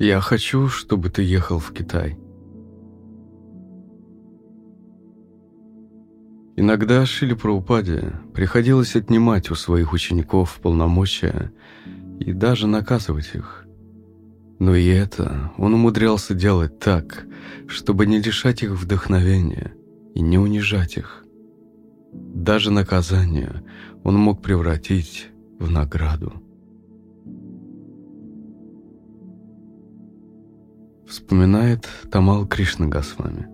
Я хочу, чтобы ты ехал в Китай. Иногда Шриле Прабхупаде приходилось отнимать у своих учеников полномочия и даже наказывать их. Но и это он умудрялся делать так, чтобы не лишать их вдохновения и не унижать их. Даже наказание он мог превратить в награду. Вспоминает Тамал Кришна Госвами.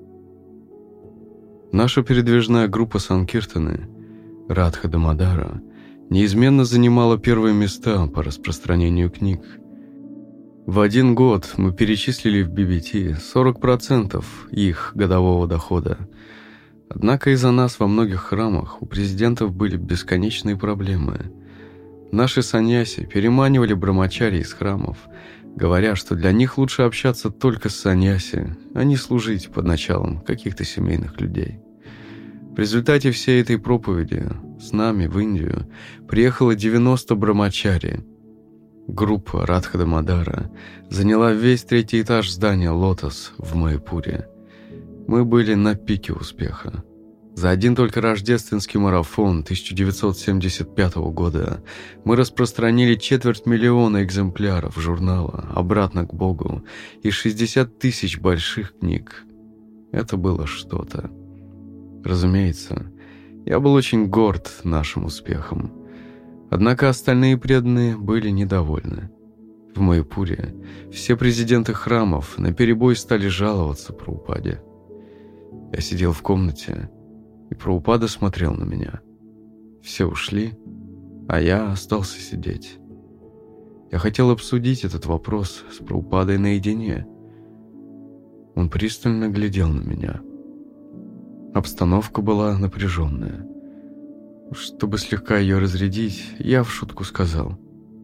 Наша передвижная группа Санкиртаны, Радха Дамодара, неизменно занимала первые места по распространению книг. В один год мы перечислили в BBT 40% их годового дохода. Однако из-за нас во многих храмах у президентов были бесконечные проблемы. Наши саньяси переманивали брамачари из храмов, говоря, что для них лучше общаться только с саньяси, а не служить под началом каких-то семейных людей. В результате всей этой проповеди с нами в Индию приехало 90 брамачари. Группа Радха Дамодара заняла весь 3-й этаж здания «Лотос» в Майяпуре. Мы были на пике успеха. За один только рождественский марафон 1975 года мы распространили 250 000 экземпляров журнала «Обратно к Богу» и 60 000 больших книг. Это было что-то. Разумеется, я был очень горд нашим успехом. Однако остальные преданные были недовольны. В Майяпуре все президенты храмов наперебой стали жаловаться Прабхупаде. Я сидел в комнате, и Прабхупада смотрел на меня. Все ушли, а я остался сидеть. Я хотел обсудить этот вопрос с Прабхупадой наедине. Он пристально глядел на меня. Обстановка была напряженная. Чтобы слегка ее разрядить, я в шутку сказал: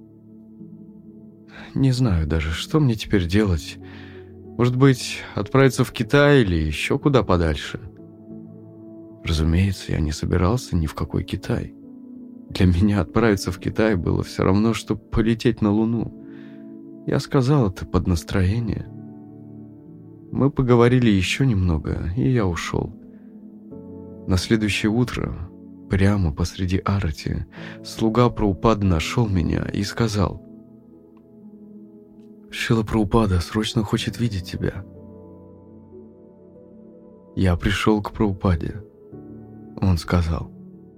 «Не знаю даже, что мне теперь делать. Может быть, отправиться в Китай или еще куда подальше?» Разумеется, я не собирался ни в какой Китай. Для меня отправиться в Китай было все равно, что полететь на Луну. Я сказал это под настроение. Мы поговорили еще немного, и я ушел. На следующее утро, прямо посреди арати, слуга Прабхупады нашел меня и сказал: «Шрила Прабхупада срочно хочет видеть тебя». Я пришел к Прабхупаде. Он сказал: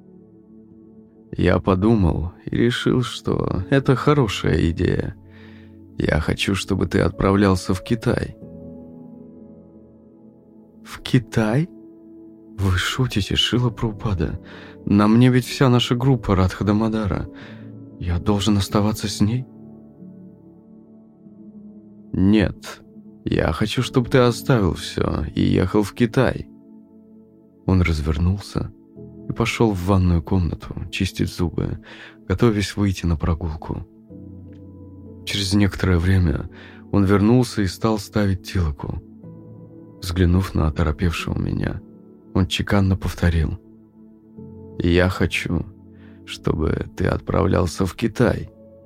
«Я подумал и решил, что это хорошая идея. Я хочу, чтобы ты отправлялся в Китай». «В Китай? Вы шутите, Шрила Прабхупада? На мне ведь вся наша группа Радха Дамодара. Я должен оставаться с ней?» «Нет, я хочу, чтобы ты оставил все и ехал в Китай». Он развернулся и пошел в ванную комнату чистить зубы, готовясь выйти на прогулку. Через некоторое время он вернулся и стал ставить тилоку. Взглянув на оторопевшего меня, он чеканно повторил: «Я хочу, чтобы ты отправлялся в Китай».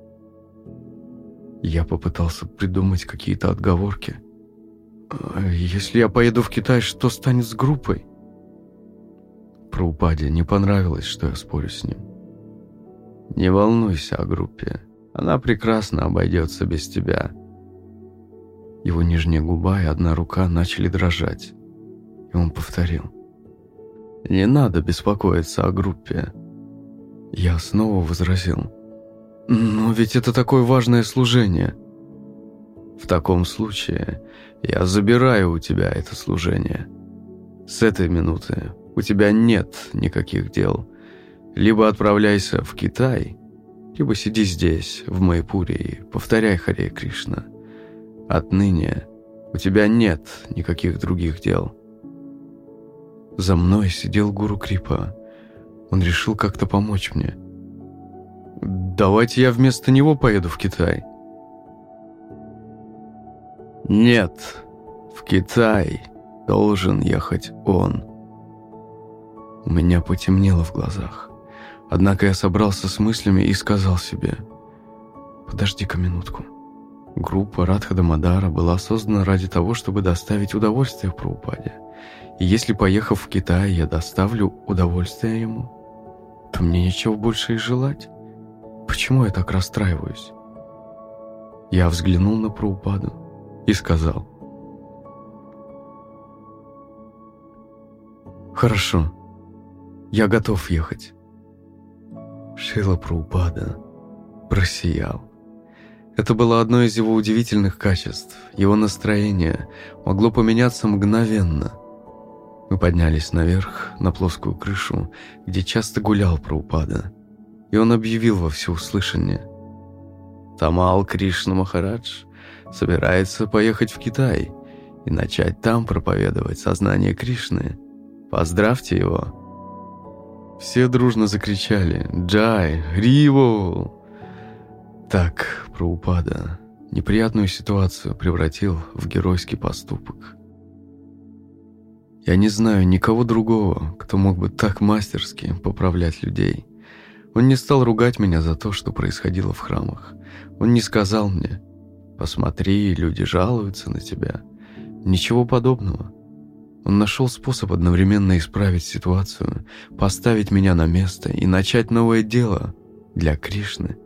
Я попытался придумать какие-то отговорки. «Если я поеду в Китай, что станет с группой?» Прабхупаде не понравилось, что я спорю с ним. «Не волнуйся о группе. Она прекрасно обойдется без тебя». Его нижняя губа и одна рука начали дрожать, и он повторил: «Не надо беспокоиться о группе». Я снова возразил: «Но ведь это такое важное служение». «В таком случае я забираю у тебя это служение. С этой минуты у тебя нет никаких дел. Либо отправляйся в Китай, либо сиди здесь, в Майяпуре, и повторяй Харе Кришна. Отныне у тебя нет никаких других дел». За мной сидел гуру Крипа. Он решил как-то помочь мне. «Давайте я вместо него поеду в Китай». «Нет, в Китай должен ехать он». У меня потемнело в глазах. Однако я собрался с мыслями и сказал себе: «Подожди-ка минутку. Группа Радха Дамодара была создана ради того, чтобы доставить удовольствие Прабхупаде. И если, поехав в Китай, я доставлю удовольствие ему, то мне нечего больше и желать. Почему я так расстраиваюсь? Я взглянул на Прабхупаду и сказал: «Хорошо, я готов ехать». Шрила Прабхупада просиял. Это было одно из его удивительных качеств. Его настроение могло поменяться мгновенно. Мы поднялись наверх, на плоскую крышу, где часто гулял Прабхупада, и он объявил во всеуслышание: «Тамал Кришна Махарадж собирается поехать в Китай и начать там проповедовать сознание Кришны. Поздравьте его!» Все дружно закричали: «Джай! Риву!» Так Прабхупада неприятную ситуацию превратил в геройский поступок. Я не знаю никого другого, кто мог бы так мастерски поправлять людей. Он не стал ругать меня за то, что происходило в храмах. Он не сказал мне: «Посмотри, люди жалуются на тебя». Ничего подобного. Он нашел способ одновременно исправить ситуацию, поставить меня на место и начать новое дело для Кришны.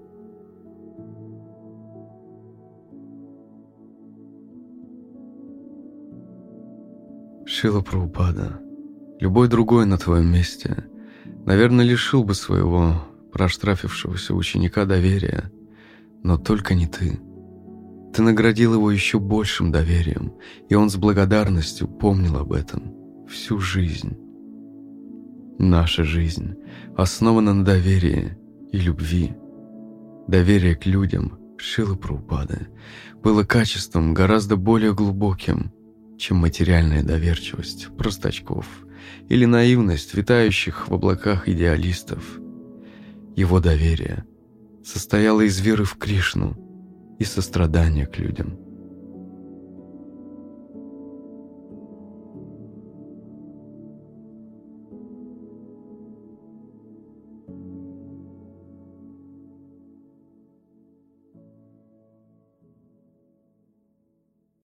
Шрила Прабхупада, любой другой на твоем месте, наверное, лишил бы своего проштрафившегося ученика доверия, но только не ты. Ты наградил его еще большим доверием, и он с благодарностью помнил об этом всю жизнь. Наша жизнь основана на доверии и любви. Доверие к людям Шрилы Прабхупады было качеством гораздо более глубоким, чем материальная доверчивость простачков или наивность витающих в облаках идеалистов. Его доверие состояло из веры в Кришну и сострадания к людям.